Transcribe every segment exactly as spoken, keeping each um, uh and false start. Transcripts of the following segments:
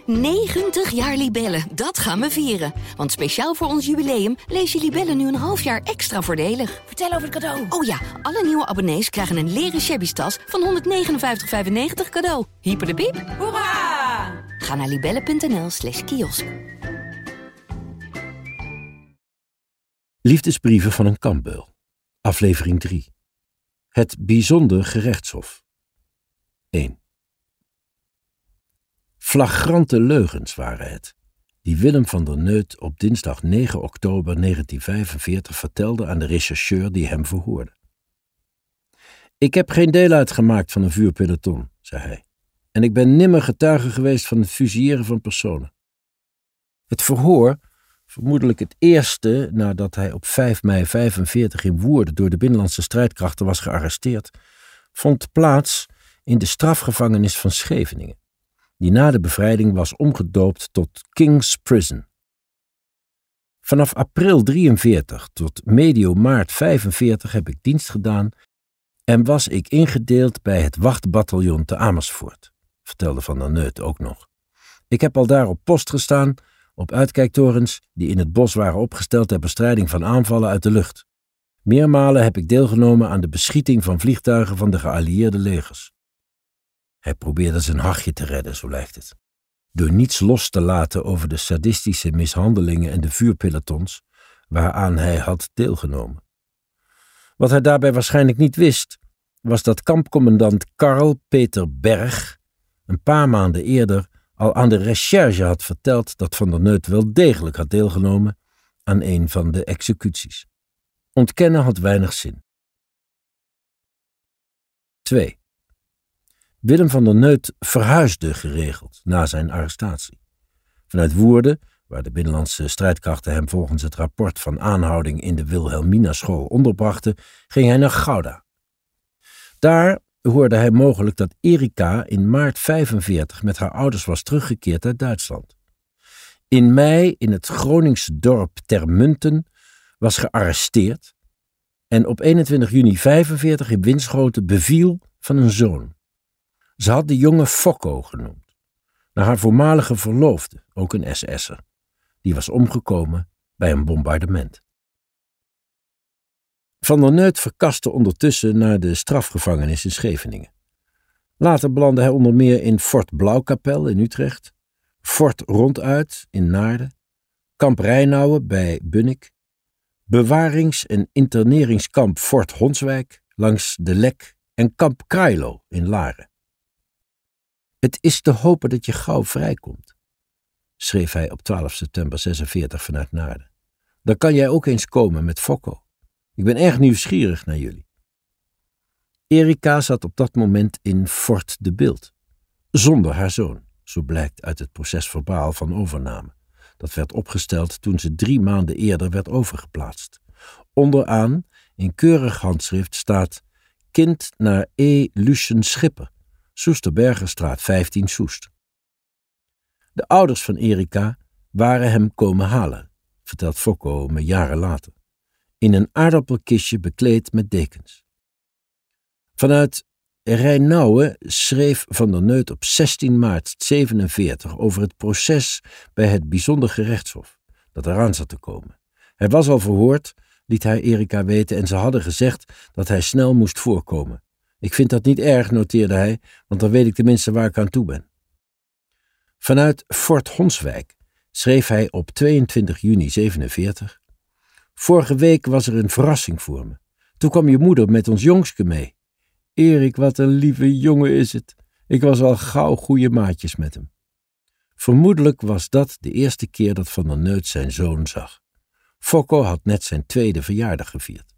negentig jaar Libellen, dat gaan we vieren. Want speciaal voor ons jubileum lees je Libellen nu een half jaar extra voordelig. Vertel over het cadeau. Oh ja, alle nieuwe abonnees krijgen een leren shabby tas van honderdnegenenvijftig vijfennegentig cadeau. Hyper de piep. Hoera! Ga naar libellen.nl slash kiosk. Liefdesbrieven van een kampbeul. Aflevering drie. Het bijzonder gerechtshof. één. Flagrante leugens waren het, die Willem van der Neut op dinsdag negen oktober negentien vijfenveertig vertelde aan de rechercheur die hem verhoorde. Ik heb geen deel uitgemaakt van een vuurpeloton, zei hij, en ik ben nimmer getuige geweest van het fusilleren van personen. Het verhoor, vermoedelijk het eerste nadat hij op vijf mei vijfenveertig in Woerden door de binnenlandse strijdkrachten was gearresteerd, vond plaats in de strafgevangenis van Scheveningen, die na de bevrijding was omgedoopt tot King's Prison. Vanaf april drieënveertig tot medio maart vijfenveertig heb ik dienst gedaan en was ik ingedeeld bij het wachtbataljon te Amersfoort, vertelde Van der Neut ook nog. Ik heb al daar op post gestaan, op uitkijktorens die in het bos waren opgesteld ter bestrijding van aanvallen uit de lucht. Meermalen heb ik deelgenomen aan de beschieting van vliegtuigen van de geallieerde legers. Hij probeerde zijn hachje te redden, zo lijkt het, door niets los te laten over de sadistische mishandelingen en de vuurpelotons waaraan hij had deelgenomen. Wat hij daarbij waarschijnlijk niet wist, was dat kampcommandant Karl Peter Berg een paar maanden eerder al aan de recherche had verteld dat Van der Neut wel degelijk had deelgenomen aan een van de executies. Ontkennen had weinig zin. twee. Willem van der Neut verhuisde geregeld na zijn arrestatie. Vanuit Woerden, waar de binnenlandse strijdkrachten hem volgens het rapport van aanhouding in de Wilhelmina-school onderbrachten, ging hij naar Gouda. Daar hoorde hij mogelijk dat Erika in maart vijfenveertig met haar ouders was teruggekeerd uit Duitsland. In mei in het Groningse dorp Termunten was gearresteerd en op eenentwintig juni vijfenveertig in Winschoten beviel van een zoon. Ze had de jongen Fokko genoemd, naar haar voormalige verloofde, ook een S S'er. Die was omgekomen bij een bombardement. Van der Neut verkaste ondertussen naar de strafgevangenis in Scheveningen. Later belandde hij onder meer in Fort Blauwkapel in Utrecht, Fort Ronduit in Naarden, Kamp Rijnauwe bij Bunnik, bewarings- en interneringskamp Fort Honswijk langs de Lek en kamp Krailo in Laren. Het is te hopen dat je gauw vrijkomt, schreef hij op twaalf september zesenveertig vanuit Naarden. Dan kan jij ook eens komen met Fokko. Ik ben erg nieuwsgierig naar jullie. Erika zat op dat moment in Fort de Bilt, zonder haar zoon, zo blijkt uit het procesverbaal van overname. Dat werd opgesteld toen ze drie maanden eerder werd overgeplaatst. Onderaan, in keurig handschrift, staat kind naar E. Lucien Schipper, Soesterbergerstraat vijftien Soest. De ouders van Erika waren hem komen halen, vertelt Fokko me jaren later, in een aardappelkistje bekleed met dekens. Vanuit Rijnauwe schreef Van der Neut op zestien maart zevenenveertig over het proces bij het bijzonder gerechtshof, dat eraan zat te komen. Hij was al verhoord, liet hij Erika weten, en ze hadden gezegd dat hij snel moest voorkomen. Ik vind dat niet erg, noteerde hij, want dan weet ik tenminste waar ik aan toe ben. Vanuit Fort Honswijk schreef hij op tweeëntwintig juni zevenenveertig: Vorige week was er een verrassing voor me. Toen kwam je moeder met ons jongske mee. Erik, wat een lieve jongen is het. Ik was al gauw goede maatjes met hem. Vermoedelijk was dat de eerste keer dat Van der Neut zijn zoon zag. Fokko had net zijn tweede verjaardag gevierd.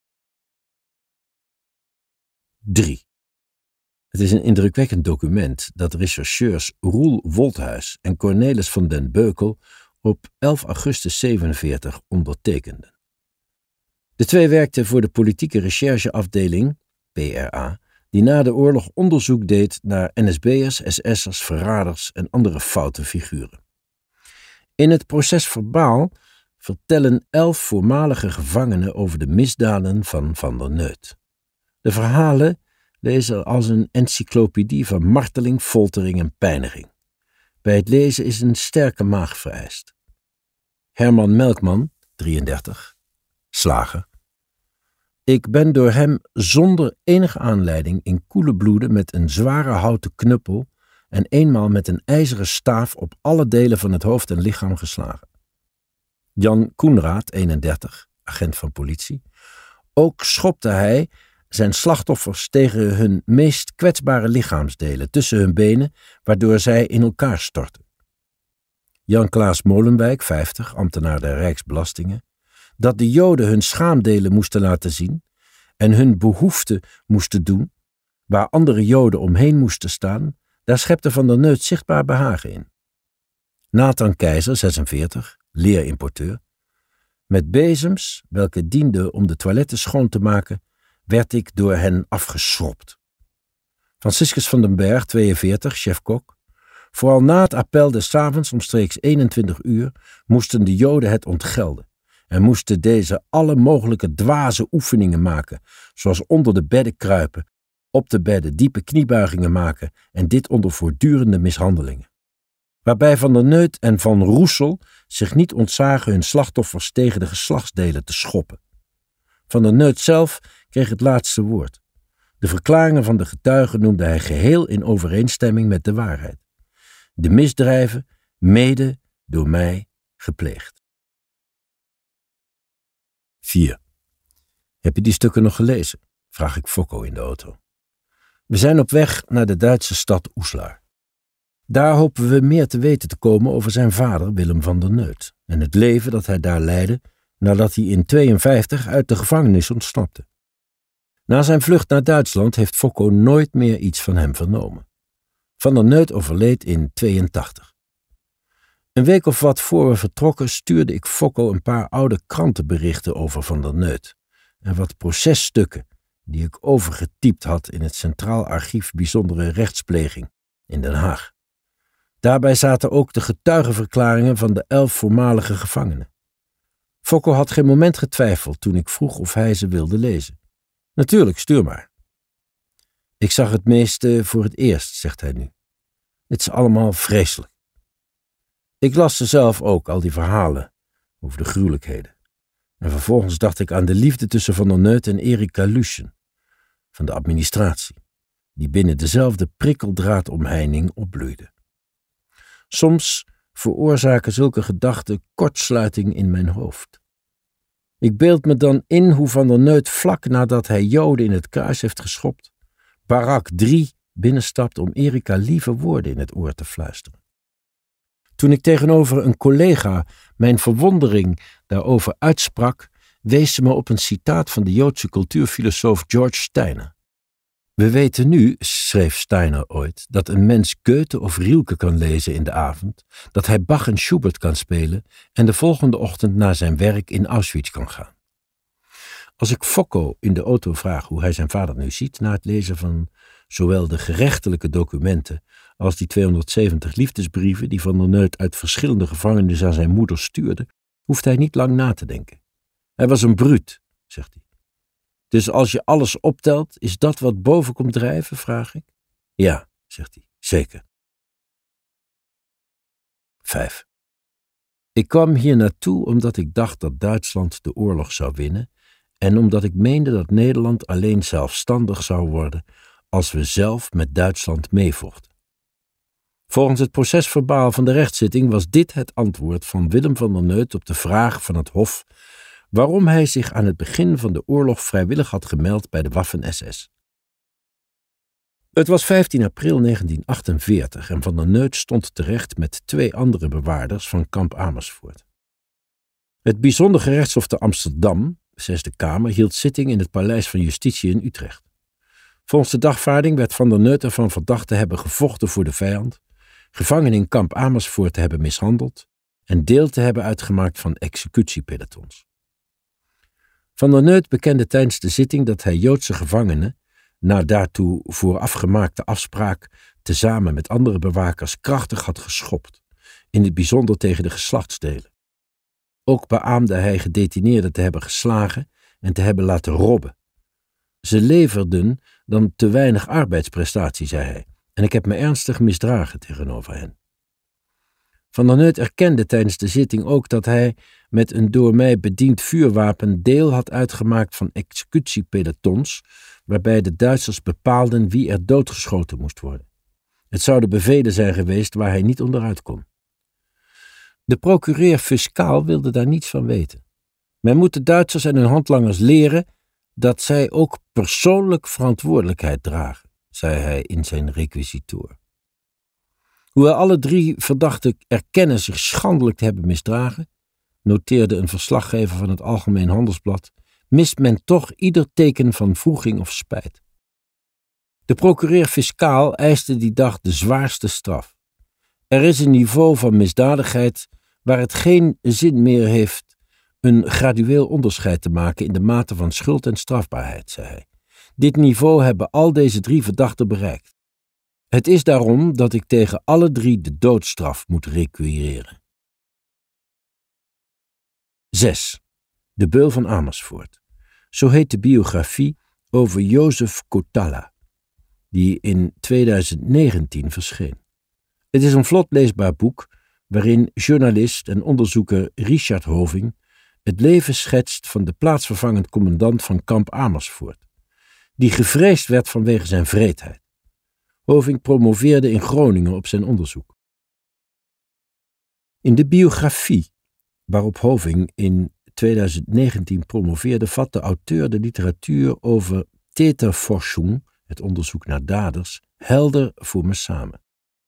drie. Het is een indrukwekkend document dat rechercheurs Roel Wolthuis en Cornelis van den Beukel op elf augustus zevenenveertig ondertekenden. De twee werkten voor de politieke rechercheafdeling, P R A, die na de oorlog onderzoek deed naar N S B'ers, S S'ers, verraders en andere foute figuren. In het procesverbaal vertellen elf voormalige gevangenen over de misdaden van Van der Neut. De verhalen lezen als een encyclopedie van marteling, foltering en pijniging. Bij het lezen is een sterke maag vereist. Herman Melkman, drieëndertig, slager. Ik ben door hem zonder enige aanleiding in koele bloeden met een zware houten knuppel en eenmaal met een ijzeren staaf op alle delen van het hoofd en lichaam geslagen. Jan Koenraad, eenendertig, agent van politie. Ook schopte hij zijn slachtoffers tegen hun meest kwetsbare lichaamsdelen tussen hun benen, waardoor zij in elkaar stortten. Jan Klaas Molenwijk, vijftig, ambtenaar der Rijksbelastingen. Dat de Joden hun schaamdelen moesten laten zien en hun behoefte moesten doen, waar andere Joden omheen moesten staan, daar schepte Van der Neut zichtbaar behagen in. Nathan Keizer, zesenveertig, leerimporteur. Met bezems, welke dienden om de toiletten schoon te maken, werd ik door hen afgeschropt. Franciscus van den Berg, tweeënveertig, chef-kok. Vooral na het appel des avonds omstreeks eenentwintig uur moesten de Joden het ontgelden en moesten deze alle mogelijke dwaze oefeningen maken, zoals onder de bedden kruipen, op de bedden diepe kniebuigingen maken en dit onder voortdurende mishandelingen. Waarbij Van der Neut en Van Roessel zich niet ontzagen hun slachtoffers tegen de geslachtsdelen te schoppen. Van der Neut zelf kreeg het laatste woord. De verklaringen van de getuigen noemde hij geheel in overeenstemming met de waarheid. De misdrijven mede door mij gepleegd. vier. Heb je die stukken nog gelezen? Vraag ik Fokko in de auto. We zijn op weg naar de Duitse stad Oeslaar. Daar hopen we meer te weten te komen over zijn vader Willem van der Neut en het leven dat hij daar leidde nadat hij in tweeënvijftig uit de gevangenis ontsnapte. Na zijn vlucht naar Duitsland heeft Fokko nooit meer iets van hem vernomen. Van der Neut overleed in tweeëntachtig. Een week of wat voor we vertrokken stuurde ik Fokko een paar oude krantenberichten over Van der Neut en wat processtukken die ik overgetypt had in het Centraal Archief Bijzondere Rechtspleging in Den Haag. Daarbij zaten ook de getuigenverklaringen van de elf voormalige gevangenen. Fokko had geen moment getwijfeld toen ik vroeg of hij ze wilde lezen. Natuurlijk, stuur maar. Ik zag het meeste voor het eerst, zegt hij nu. Het is allemaal vreselijk. Ik las ze zelf ook, al die verhalen over de gruwelijkheden. En vervolgens dacht ik aan de liefde tussen Van der Neut en Erika Luschen, van de administratie, die binnen dezelfde prikkeldraadomheining opbloeide. Soms veroorzaken zulke gedachten kortsluiting in mijn hoofd. Ik beeld me dan in hoe Van der Neut vlak nadat hij Joden in het kruis heeft geschopt, barak drie binnenstapt om Erika lieve woorden in het oor te fluisteren. Toen ik tegenover een collega mijn verwondering daarover uitsprak, wees ze me op een citaat van de Joodse cultuurfilosoof George Steiner. We weten nu, schreef Steiner ooit, dat een mens Goethe of Rilke kan lezen in de avond, dat hij Bach en Schubert kan spelen en de volgende ochtend naar zijn werk in Auschwitz kan gaan. Als ik Fokko in de auto vraag hoe hij zijn vader nu ziet na het lezen van zowel de gerechtelijke documenten als die tweehonderdzeventig liefdesbrieven die Van der Neut uit verschillende gevangenissen aan zijn moeder stuurde, hoeft hij niet lang na te denken. Hij was een bruut, zegt hij. Dus als je alles optelt, is dat wat boven komt drijven, vraag ik? Ja, zegt hij, zeker. vijf. Ik kwam hier naartoe omdat ik dacht dat Duitsland de oorlog zou winnen en omdat ik meende dat Nederland alleen zelfstandig zou worden als we zelf met Duitsland meevochten. Volgens het procesverbaal van de rechtszitting was dit het antwoord van Willem van der Neut op de vraag van het Hof waarom hij zich aan het begin van de oorlog vrijwillig had gemeld bij de Waffen-S S. Het was vijftien april negentien achtenveertig en Van der Neut stond terecht met twee andere bewaarders van kamp Amersfoort. Het Bijzonder Gerechtshof te Amsterdam, Zesde Kamer, hield zitting in het Paleis van Justitie in Utrecht. Volgens de dagvaarding werd Van der Neut ervan verdacht te hebben gevochten voor de vijand, gevangenen in kamp Amersfoort te hebben mishandeld en deel te hebben uitgemaakt van executiepelotons. Van der Neut bekende tijdens de zitting dat hij Joodse gevangenen, na daartoe voorafgemaakte afspraak, tezamen met andere bewakers krachtig had geschopt, in het bijzonder tegen de geslachtsdelen. Ook beaamde hij gedetineerden te hebben geslagen en te hebben laten robben. Ze leverden dan te weinig arbeidsprestatie, zei hij, en ik heb me ernstig misdragen tegenover hen. Van der Neut erkende tijdens de zitting ook dat hij met een door mij bediend vuurwapen deel had uitgemaakt van executiepelotons, waarbij de Duitsers bepaalden wie er doodgeschoten moest worden. Het zouden bevelen zijn geweest waar hij niet onderuit kon. De procureur-fiscaal wilde daar niets van weten. Men moet de Duitsers en hun handlangers leren dat zij ook persoonlijk verantwoordelijkheid dragen, zei hij in zijn requisitoor. Hoewel alle drie verdachten erkennen zich schandelijk te hebben misdragen, noteerde een verslaggever van het Algemeen Handelsblad, mist men toch ieder teken van wroeging of spijt. De procureur-fiscaal eiste die dag de zwaarste straf. Er is een niveau van misdadigheid waar het geen zin meer heeft een gradueel onderscheid te maken in de mate van schuld en strafbaarheid, zei hij. Dit niveau hebben al deze drie verdachten bereikt. Het is daarom dat ik tegen alle drie de doodstraf moet requireren. zes. De Beul van Amersfoort. Zo heet de biografie over Jozef Kotala, die in tweeduizend negentien verscheen. Het is een vlot leesbaar boek waarin journalist en onderzoeker Richard Hoving het leven schetst van de plaatsvervangend commandant van kamp Amersfoort, die gevreesd werd vanwege zijn wreedheid. Hoving promoveerde in Groningen op zijn onderzoek. In de biografie waarop Hoving in tweeduizend negentien promoveerde, vat de auteur de literatuur over Täterforschung, het onderzoek naar daders, helder voor me samen.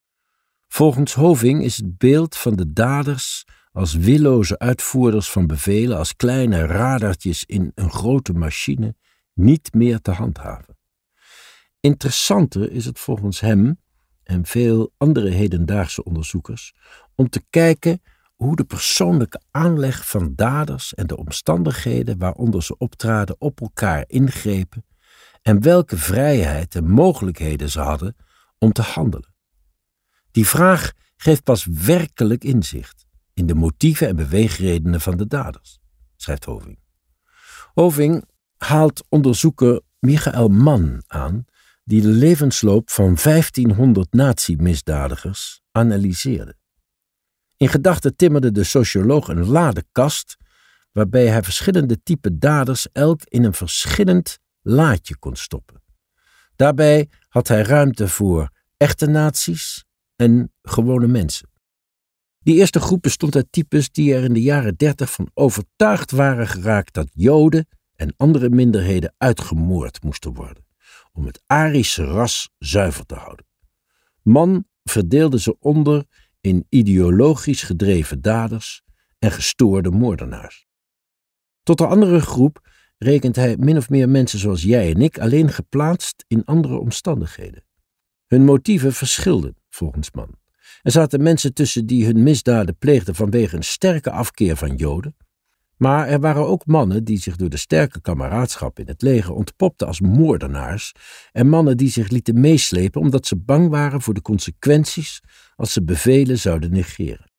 Volgens Hoving is het beeld van de daders als willoze uitvoerders van bevelen, als kleine radartjes in een grote machine, niet meer te handhaven. Interessanter is het volgens hem en veel andere hedendaagse onderzoekers om te kijken hoe de persoonlijke aanleg van daders en de omstandigheden waaronder ze optraden op elkaar ingrepen en welke vrijheid en mogelijkheden ze hadden om te handelen. Die vraag geeft pas werkelijk inzicht in de motieven en beweegredenen van de daders, schrijft Hoving. Hoving haalt onderzoeker Michael Mann aan, die de levensloop van vijftienhonderd nazi-misdadigers analyseerde. In gedachten timmerde de socioloog een ladekast, waarbij hij verschillende typen daders elk in een verschillend laadje kon stoppen. Daarbij had hij ruimte voor echte nazi's en gewone mensen. Die eerste groep bestond uit types die er in de jaren dertig van overtuigd waren geraakt dat Joden en andere minderheden uitgemoord moesten worden, om het Arische ras zuiver te houden. Mann verdeelde ze onder in ideologisch gedreven daders en gestoorde moordenaars. Tot de andere groep rekent hij min of meer mensen zoals jij en ik, alleen geplaatst in andere omstandigheden. Hun motieven verschilden, volgens Mann. Er zaten mensen tussen die hun misdaden pleegden vanwege een sterke afkeer van Joden, maar er waren ook mannen die zich door de sterke kameraadschap in het leger ontpopten als moordenaars en mannen die zich lieten meeslepen omdat ze bang waren voor de consequenties als ze bevelen zouden negeren.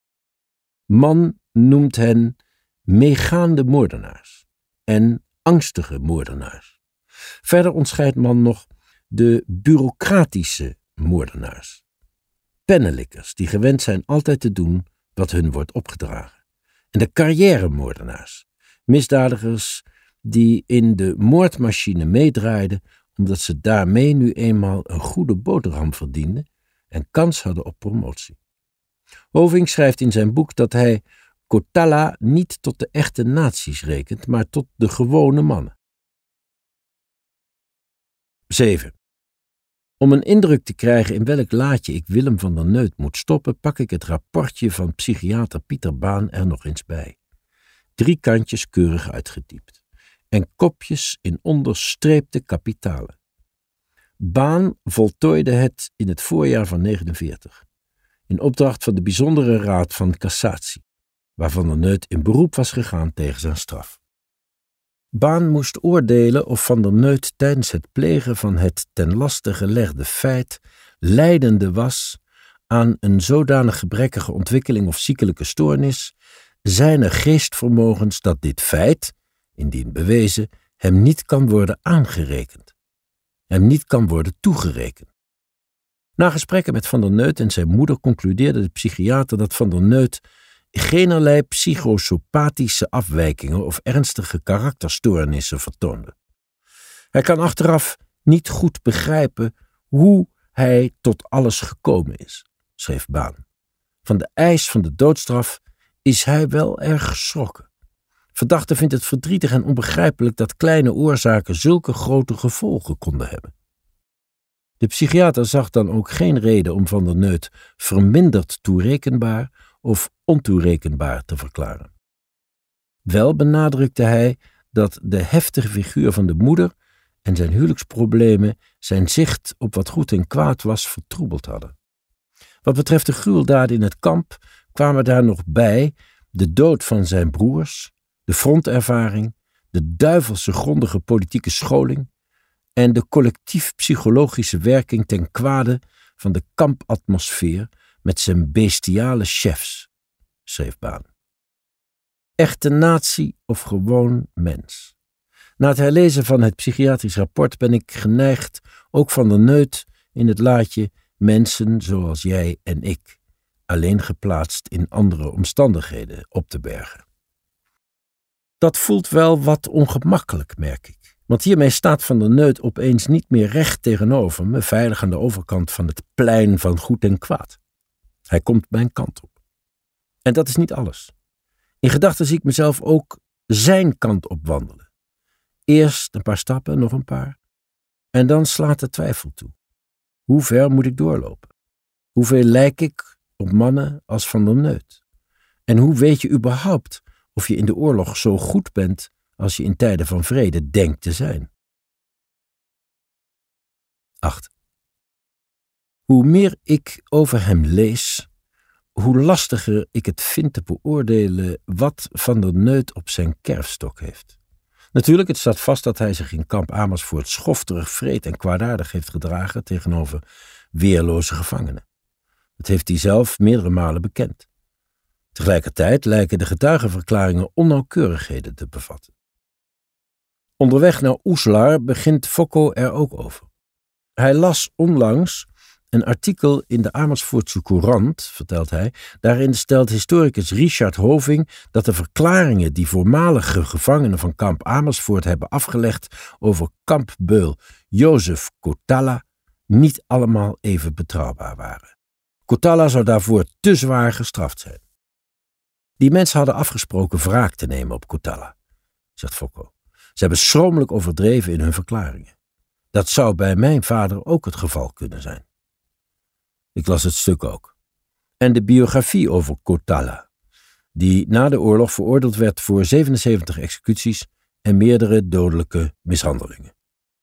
Mann noemt hen meegaande moordenaars en angstige moordenaars. Verder onderscheidt Mann nog de bureaucratische moordenaars. Pennenlikkers die gewend zijn altijd te doen wat hun wordt opgedragen. En de carrièremoordenaars, misdadigers die in de moordmachine meedraaiden omdat ze daarmee nu eenmaal een goede boterham verdienden en kans hadden op promotie. Hoving schrijft in zijn boek dat hij Kotala niet tot de echte nazi's rekent, maar tot de gewone mannen. zeven. Om een indruk te krijgen in welk laadje ik Willem van der Neut moet stoppen, pak ik het rapportje van psychiater Pieter Baan er nog eens bij. Drie kantjes keurig uitgetypt. En kopjes in onderstreepte kapitalen. Baan voltooide het in het voorjaar van negenenveertig. In opdracht van de Bijzondere Raad van Cassatie, waar Van der Neut in beroep was gegaan tegen zijn straf. Baan moest oordelen of Van der Neut tijdens het plegen van het ten laste gelegde feit lijdende was aan een zodanig gebrekkige ontwikkeling of ziekelijke stoornis zijner geestvermogens dat dit feit, indien bewezen, hem niet kan worden aangerekend, hem niet kan worden toegerekend. Na gesprekken met Van der Neut en zijn moeder concludeerde de psychiater dat Van der Neut geenerlei psychosopathische afwijkingen of ernstige karakterstoornissen vertoonde. Hij kan achteraf niet goed begrijpen hoe hij tot alles gekomen is, schreef Baan. Van de eis van de doodstraf is hij wel erg geschrokken. Verdachte vindt het verdrietig en onbegrijpelijk dat kleine oorzaken zulke grote gevolgen konden hebben. De psychiater zag dan ook geen reden om Van der Neut verminderd toerekenbaar of ontoerekenbaar te verklaren. Wel benadrukte hij dat de heftige figuur van de moeder en zijn huwelijksproblemen zijn zicht op wat goed en kwaad was vertroebeld hadden. Wat betreft de gruweldaden in het kamp kwamen daar nog bij de dood van zijn broers, de frontervaring, de duivelse grondige politieke scholing en de collectief-psychologische werking ten kwade van de kampatmosfeer met zijn bestiale chefs, schreef Baan. Echte natie of gewoon mens? Na het herlezen van het psychiatrisch rapport ben ik geneigd ook Van der Neut in het laadje mensen zoals jij en ik, alleen geplaatst in andere omstandigheden, op te bergen. Dat voelt wel wat ongemakkelijk, merk ik. Want hiermee staat Van der Neut opeens niet meer recht tegenover me, veilig aan de overkant van het plein van goed en kwaad. Hij komt mijn kant op. En dat is niet alles. In gedachten zie ik mezelf ook zijn kant op wandelen. Eerst een paar stappen, nog een paar. En dan slaat de twijfel toe. Hoe ver moet ik doorlopen? Hoeveel lijk ik op mannen als Van der Neut? En hoe weet je überhaupt of je in de oorlog zo goed bent als je in tijden van vrede denkt te zijn? acht. Hoe meer ik over hem lees, hoe lastiger ik het vind te beoordelen wat Van der Neut op zijn kerfstok heeft. Natuurlijk, het staat vast dat hij zich in kamp Amersfoort schofterig, vreed en kwaadaardig heeft gedragen tegenover weerloze gevangenen. Dat heeft hij zelf meerdere malen bekend. Tegelijkertijd lijken de getuigenverklaringen onnauwkeurigheden te bevatten. Onderweg naar Oeslar begint Fokko er ook over. Hij las onlangs een artikel in de Amersfoortse Courant, vertelt hij. Daarin stelt historicus Richard Hoving dat de verklaringen die voormalige gevangenen van kamp Amersfoort hebben afgelegd over kampbeul Jozef Kotala niet allemaal even betrouwbaar waren. Kotala zou daarvoor te zwaar gestraft zijn. Die mensen hadden afgesproken wraak te nemen op Kotala, zegt Fokko. Ze hebben schromelijk overdreven in hun verklaringen. Dat zou bij mijn vader ook het geval kunnen zijn. Ik las het stuk ook. En de biografie over Kotala, die na de oorlog veroordeeld werd voor zevenenzeventig executies en meerdere dodelijke mishandelingen.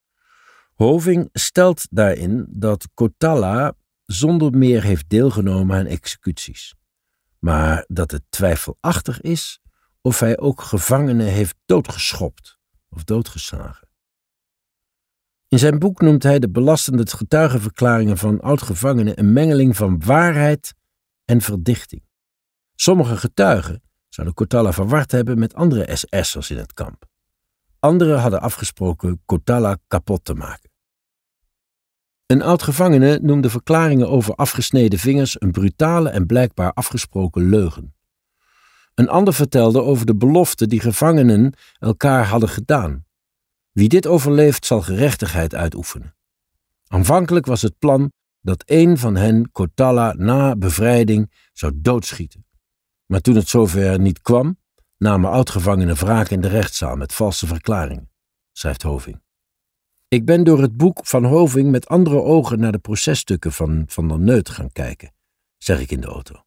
Hoving stelt daarin dat Kotala zonder meer heeft deelgenomen aan executies, maar dat het twijfelachtig is of hij ook gevangenen heeft doodgeschopt of doodgeslagen. In zijn boek noemt hij de belastende getuigenverklaringen van oud-gevangenen een mengeling van waarheid en verdichting. Sommige getuigen zouden Kotala verward hebben met andere S S'ers in het kamp. Anderen hadden afgesproken Kotala kapot te maken. Een oud-gevangene noemde verklaringen over afgesneden vingers een brutale en blijkbaar afgesproken leugen. Een ander vertelde over de belofte die gevangenen elkaar hadden gedaan. Wie dit overleeft zal gerechtigheid uitoefenen. Aanvankelijk was het plan dat een van hen Kotala na bevrijding zou doodschieten. Maar toen het zover niet kwam, namen oud-gevangenen wraak in de rechtszaal met valse verklaringen, schrijft Hoving. Ik ben door het boek van Hoving met andere ogen naar de processtukken van Van der Neut gaan kijken, zeg ik in de auto.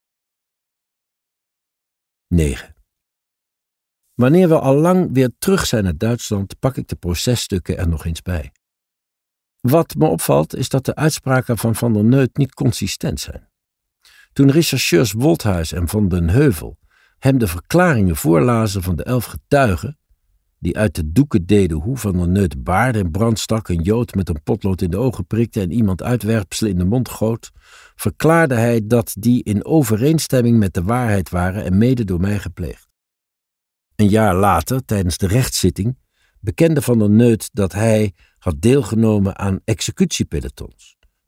negen. Wanneer we al lang weer terug zijn naar Duitsland, pak ik de processtukken er nog eens bij. Wat me opvalt is dat de uitspraken van Van der Neut niet consistent zijn. Toen rechercheurs Wolthuis en Van den Heuvel hem de verklaringen voorlazen van de elf getuigen, die uit de doeken deden hoe Van der Neut baarden in brand stak, een Jood met een potlood in de ogen prikte en iemand uitwerpselen in de mond goot, verklaarde hij dat die in overeenstemming met de waarheid waren en mede door mij gepleegd. Een jaar later, tijdens de rechtszitting, bekende Van der Neut dat hij had deelgenomen aan executiepelotons,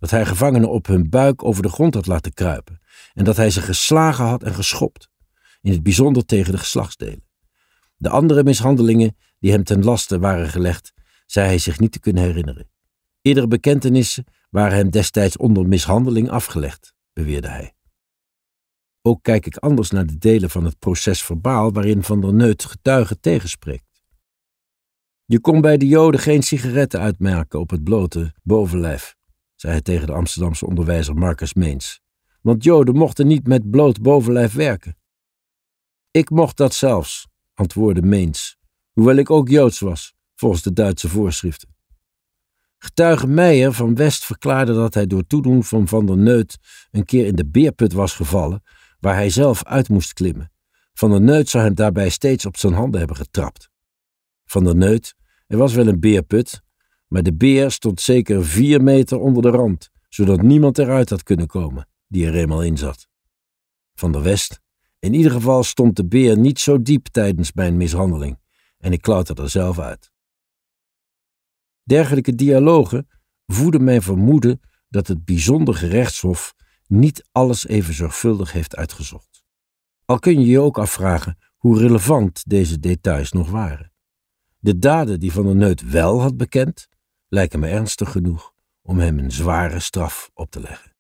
Dat hij gevangenen op hun buik over de grond had laten kruipen en dat hij ze geslagen had en geschopt, in het bijzonder tegen de geslachtsdelen. De andere mishandelingen die hem ten laste waren gelegd, zei hij zich niet te kunnen herinneren. Eerdere bekentenissen waren hem destijds onder mishandeling afgelegd, beweerde hij. Ook kijk ik anders naar de delen van het proces-verbaal waarin Van der Neut getuigen tegenspreekt. Je kon bij de Joden geen sigaretten uitmerken op het blote bovenlijf, zei hij tegen de Amsterdamse onderwijzer Marcus Meens, want Joden mochten niet met bloot bovenlijf werken. Ik mocht dat zelfs, antwoordde Meens, hoewel ik ook Joods was, volgens de Duitse voorschriften. Getuige Meijer van West verklaarde dat hij door toedoen van Van der Neut een keer in de beerput was gevallen, waar hij zelf uit moest klimmen. Van der Neut zou hem daarbij steeds op zijn handen hebben getrapt. Van der Neut, er was wel een beerput, maar de beer stond zeker vier meter onder de rand, zodat niemand eruit had kunnen komen die er eenmaal in zat. Van der West, in ieder geval stond de beer niet zo diep tijdens mijn mishandeling en ik klauterde er zelf uit. Dergelijke dialogen voeden mijn vermoeden dat het bijzonder gerechtshof niet alles even zorgvuldig heeft uitgezocht. Al kun je je ook afvragen hoe relevant deze details nog waren. De daden die Van der Neut wel had bekend, lijken me ernstig genoeg om hem een zware straf op te leggen.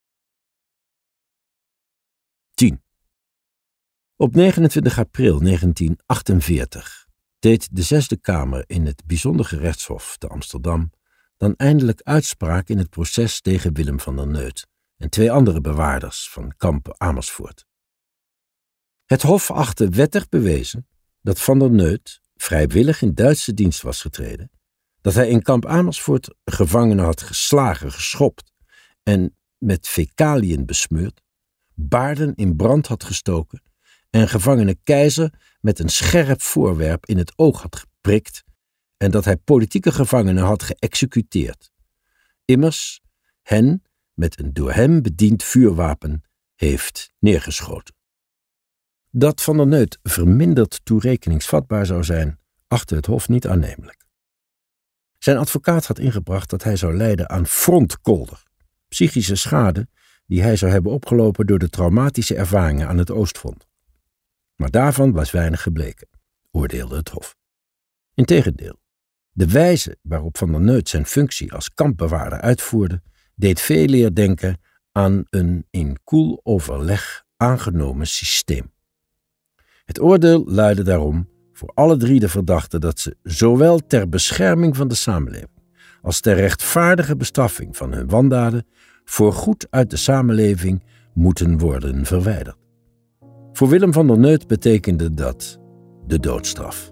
tien. Op negenentwintig april negentien achtenveertig deed de Zesde Kamer in het Bijzonder Gerechtshof te Amsterdam dan eindelijk uitspraak in het proces tegen Willem van der Neut en twee andere bewaarders van kamp Amersfoort. Het hof achtte wettig bewezen dat Van der Neut vrijwillig in Duitse dienst was getreden, dat hij in kamp Amersfoort gevangenen had geslagen, geschopt en met fecaliën besmeurd, baarden in brand had gestoken en gevangene Keizer met een scherp voorwerp in het oog had geprikt en dat hij politieke gevangenen had geëxecuteerd. Immers hen met een door hem bediend vuurwapen heeft neergeschoten. Dat Van der Neut verminderd toerekeningsvatbaar zou zijn, achtte het hof niet aannemelijk. Zijn advocaat had ingebracht dat hij zou lijden aan frontkolder, psychische schade die hij zou hebben opgelopen door de traumatische ervaringen aan het Oostfront. Maar daarvan was weinig gebleken, oordeelde het hof. Integendeel, de wijze waarop Van der Neut zijn functie als kampbewaarder uitvoerde, deed veeleer denken aan een in koel overleg aangenomen systeem. Het oordeel luidde daarom voor alle drie de verdachten dat ze zowel ter bescherming van de samenleving als ter rechtvaardige bestraffing van hun wandaden voorgoed uit de samenleving moeten worden verwijderd. Voor Willem van der Neut betekende dat de doodstraf.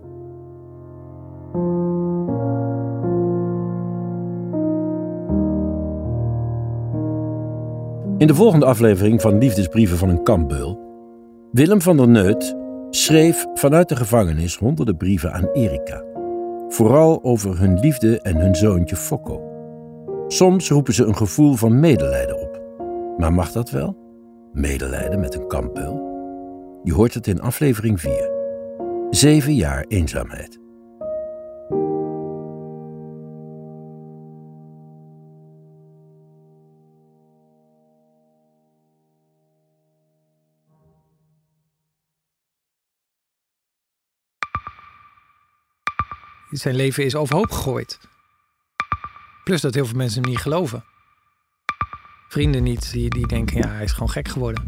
In de volgende aflevering van Liefdesbrieven van een kampbeul, Willem van der Neut schreef vanuit de gevangenis honderden brieven aan Erika, vooral over hun liefde en hun zoontje Fokko. Soms roepen ze een gevoel van medelijden op. Maar mag dat wel? Medelijden met een kampbeul? Je hoort het in aflevering vier. Zeven jaar eenzaamheid. Zijn leven is overhoop gegooid. Plus dat heel veel mensen hem niet geloven. Vrienden niet, die, die denken, ja, hij is gewoon gek geworden.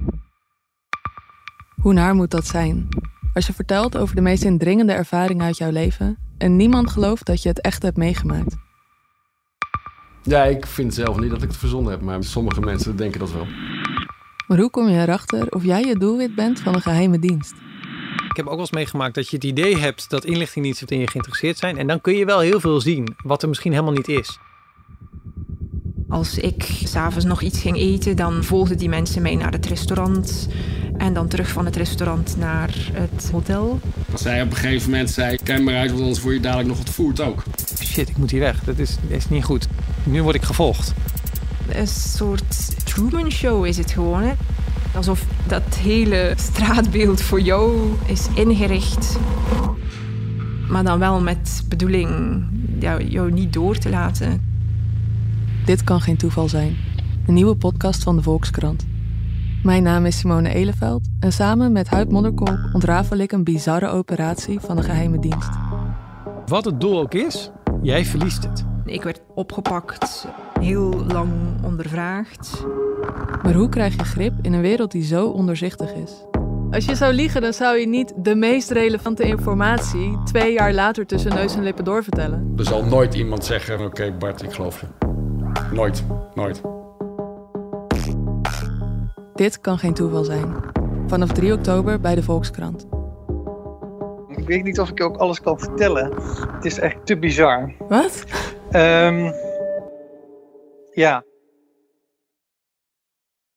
Hoe naar moet dat zijn? Als je vertelt over de meest indringende ervaringen uit jouw leven en niemand gelooft dat je het echt hebt meegemaakt. Ja, ik vind zelf niet dat ik het verzonnen heb, maar sommige mensen denken dat wel. Maar hoe kom je erachter of jij het doelwit bent van een geheime dienst? Ik heb ook wel eens meegemaakt dat je het idee hebt dat inlichtingendiensten in je geïnteresseerd zijn. En dan kun je wel heel veel zien, wat er misschien helemaal niet is. Als ik 's avonds nog iets ging eten, dan volgden die mensen mij naar het restaurant. En dan terug van het restaurant naar het hotel. Als zij op een gegeven moment zei, kijk maar uit, want anders word je dadelijk nog ontvoerd ook. Shit, ik moet hier weg. Dat is, dat is niet goed. Nu word ik gevolgd. Een soort Truman Show is het gewoon, hè? Alsof dat hele straatbeeld voor jou is ingericht. Maar dan wel met bedoeling ja, jou niet door te laten. Dit kan geen toeval zijn. een nieuwe podcast van de Volkskrant. Mijn naam is Simone Eleveld en samen met Huib Modderkolk ontrafel ik een bizarre operatie van de geheime dienst. Wat het doel ook is, jij verliest het. Ik werd opgepakt, heel lang ondervraagd. Maar hoe krijg je grip in een wereld die zo onderzichtig is? Als je zou liegen, dan zou je niet de meest relevante informatie twee jaar later tussen neus en lippen doorvertellen. Er zal nooit iemand zeggen, oké okay, Bart, ik geloof je. Nooit, nooit. Dit kan geen toeval zijn. Vanaf drie oktober bij de Volkskrant. Ik weet niet of ik ook alles kan vertellen. Het is echt te bizar. Wat? Um, ja.